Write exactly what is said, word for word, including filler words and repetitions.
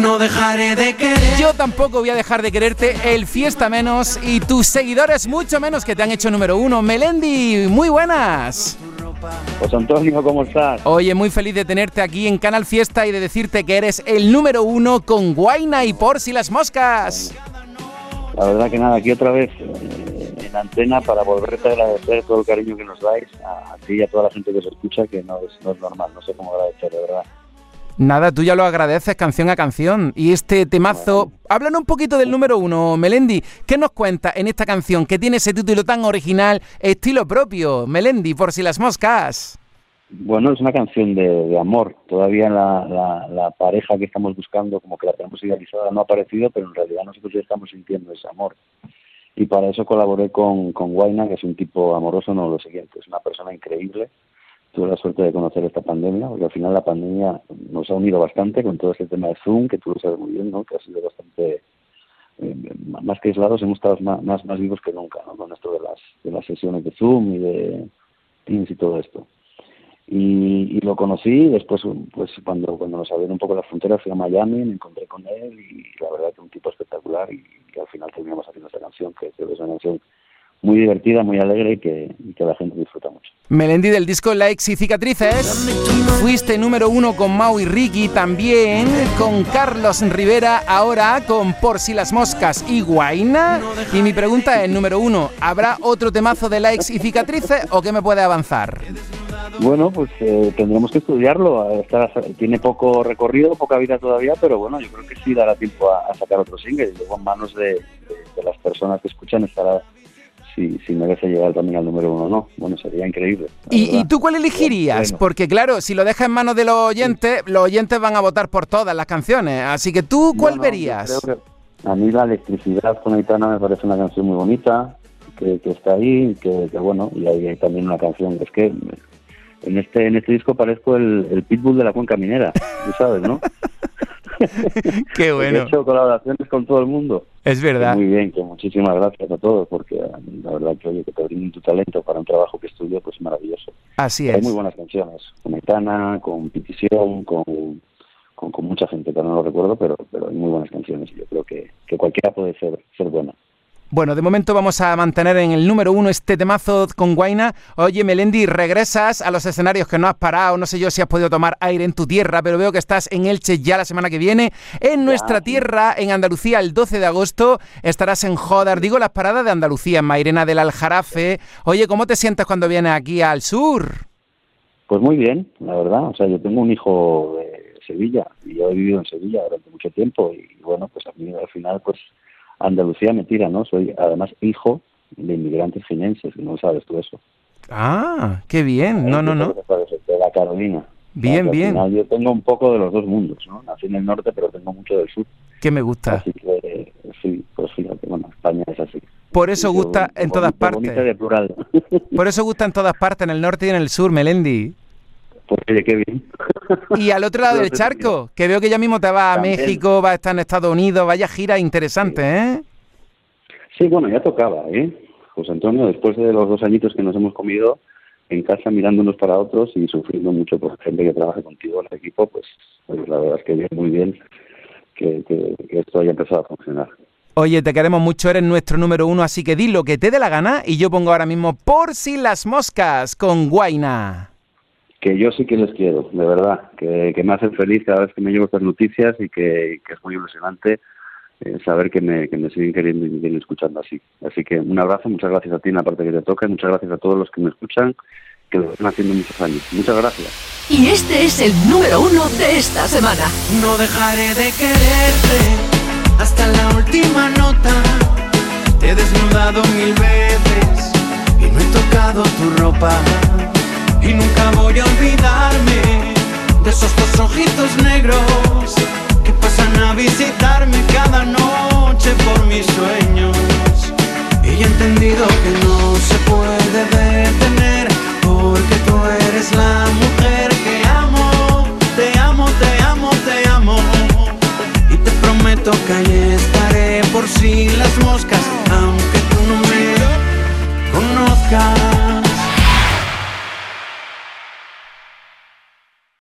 no dejaré de querer. Yo tampoco voy a dejar de quererte, el Fiesta menos, y tus seguidores mucho menos, que te han hecho número uno. Melendi, muy buenas. Pues Antonio, ¿cómo estás? Oye, muy feliz de tenerte aquí en Canal Fiesta y de decirte que eres el número uno con Guaina y Por si las moscas. La verdad que nada, aquí otra vez eh, en antena para volverte a agradecer todo el cariño que nos dais a, a ti y a toda la gente que os escucha, que no es, no es normal, no sé cómo agradecer, de verdad. Nada, tú ya lo agradeces canción a canción. Y este temazo, bueno. Háblanos un poquito del número uno, Melendi. ¿Qué nos cuenta en esta canción que tiene ese título tan original, estilo propio? Melendi, Por si las moscas. Bueno, es una canción de, de amor. Todavía la, la, la pareja que estamos buscando, como que la tenemos idealizada, no ha aparecido, pero en realidad nosotros ya estamos sintiendo ese amor. Y para eso colaboré con, con Guaina, que es un tipo amoroso, no lo siguiente, es una persona increíble. Tuve la suerte de conocer esta pandemia, porque al final la pandemia nos ha unido bastante con todo este tema de Zoom, que tú lo sabes muy bien, ¿no? Que ha sido bastante, eh, más que aislados, hemos estado más, más, más vivos que nunca, ¿no? Con esto de las, de las sesiones de Zoom y de Teams y todo esto. Y, y lo conocí, después pues cuando cuando nos abrieron un poco las fronteras fui a Miami, me encontré con él y la verdad que un tipo espectacular y, y al final terminamos haciendo esta canción, que creo que es una canción muy divertida, muy alegre y que, y que la gente disfruta mucho. Melendi, del disco Likes y Cicatrices, fuiste número uno con Mau y Ricky, también con Carlos Rivera, ahora con Por si las moscas y Guaina. Y mi pregunta es, número uno, ¿habrá otro temazo de Likes y Cicatrices o qué me puede avanzar? Bueno, pues eh, tendremos que estudiarlo. Está, tiene poco recorrido, poca vida todavía, pero bueno, yo creo que sí dará tiempo a, a sacar otro single y luego en manos de, de, de las personas que escuchan estará si, si merece llegar también al número uno o no. Bueno, sería increíble. ¿Y, ¿Y tú cuál elegirías? Bueno. Porque claro, si lo dejas en manos de los oyentes, sí. los oyentes van a votar por todas las canciones. Así que tú, ¿cuál bueno, verías? Creo que a mí La Electricidad con Aitana me parece una canción muy bonita, que, que está ahí, que, que bueno, y hay, hay también una canción que es que... En este en este disco parezco el, el pitbull de la cuenca minera, tú sabes, ¿no? Qué bueno. He hecho colaboraciones con todo el mundo. Es verdad. Muy bien, que muchísimas gracias a todos, porque la verdad que, oye, que te brinden tu talento para un trabajo que estudio, pues maravilloso. Así es. Hay muy buenas canciones, con Aitana, con Petición, con, con, con mucha gente, pero no lo recuerdo, pero pero hay muy buenas canciones y yo creo que, que cualquiera puede ser, ser buena. Bueno, de momento vamos a mantener en el número uno este temazo con Guaina. Oye, Melendi, regresas a los escenarios que no has parado. No sé yo si has podido tomar aire en tu tierra, pero veo que estás en Elche ya la semana que viene. En nuestra tierra, en Andalucía, el doce de agosto, estarás en Jodar. Digo, las paradas de Andalucía, en Mairena del Aljarafe. Oye, ¿cómo te sientes cuando vienes aquí al sur? Pues muy bien, la verdad. O sea, yo tengo un hijo de Sevilla y yo he vivido en Sevilla durante mucho tiempo y, bueno, pues a mí al final, pues... Andalucía me tira, ¿no? Soy además hijo de inmigrantes jienenses, no sabes tú eso. Ah, qué bien. No, no, no. De la Carolina. Bien, bien. Final, yo tengo un poco de los dos mundos, ¿no? Nací en el norte, pero tengo mucho del sur. Que me gusta. Así que, sí, pues fíjate, bueno, España es así. Por eso sí, gusta en bonito, todas partes. De plural. Por eso gusta en todas partes, en el norte y en el sur, Melendi. Pues oye, qué bien. Y al otro lado del charco, que veo que ya mismo te vas a También. México, vas a estar en Estados Unidos, vaya gira interesante, sí. ¿eh? Sí, bueno, ya tocaba, ¿eh? José Antonio, después de los dos añitos que nos hemos comido en casa mirando unos para otros y sufriendo mucho por gente que trabaja contigo en el equipo, pues, pues la verdad es que bien, muy bien que, que, que esto haya empezado a funcionar. Oye, te queremos mucho, eres nuestro número uno, así que di lo que te dé la gana y yo pongo ahora mismo Por si las moscas con Guaina. Que yo sí que les quiero, de verdad, que, que me hacen feliz cada vez que me llevo estas noticias y que, que es muy ilusionante eh, saber que me, que me siguen queriendo y me siguen escuchando así. Así que un abrazo, muchas gracias a ti en la parte que te toca y muchas gracias a todos los que me escuchan, que lo están haciendo muchos años. Muchas gracias. Y este es el número uno de esta semana. No dejaré de quererte hasta la última nota. Te he desnudado mil veces y no he tocado tu ropa. Y nunca voy a olvidarme de esos dos ojitos negros que pasan a visitarme cada noche por mis sueños. Y he entendido que no se puede detener, porque tú eres la mujer que amo. Te amo, te amo, te amo. Y te prometo que ahí estaré por si las moscas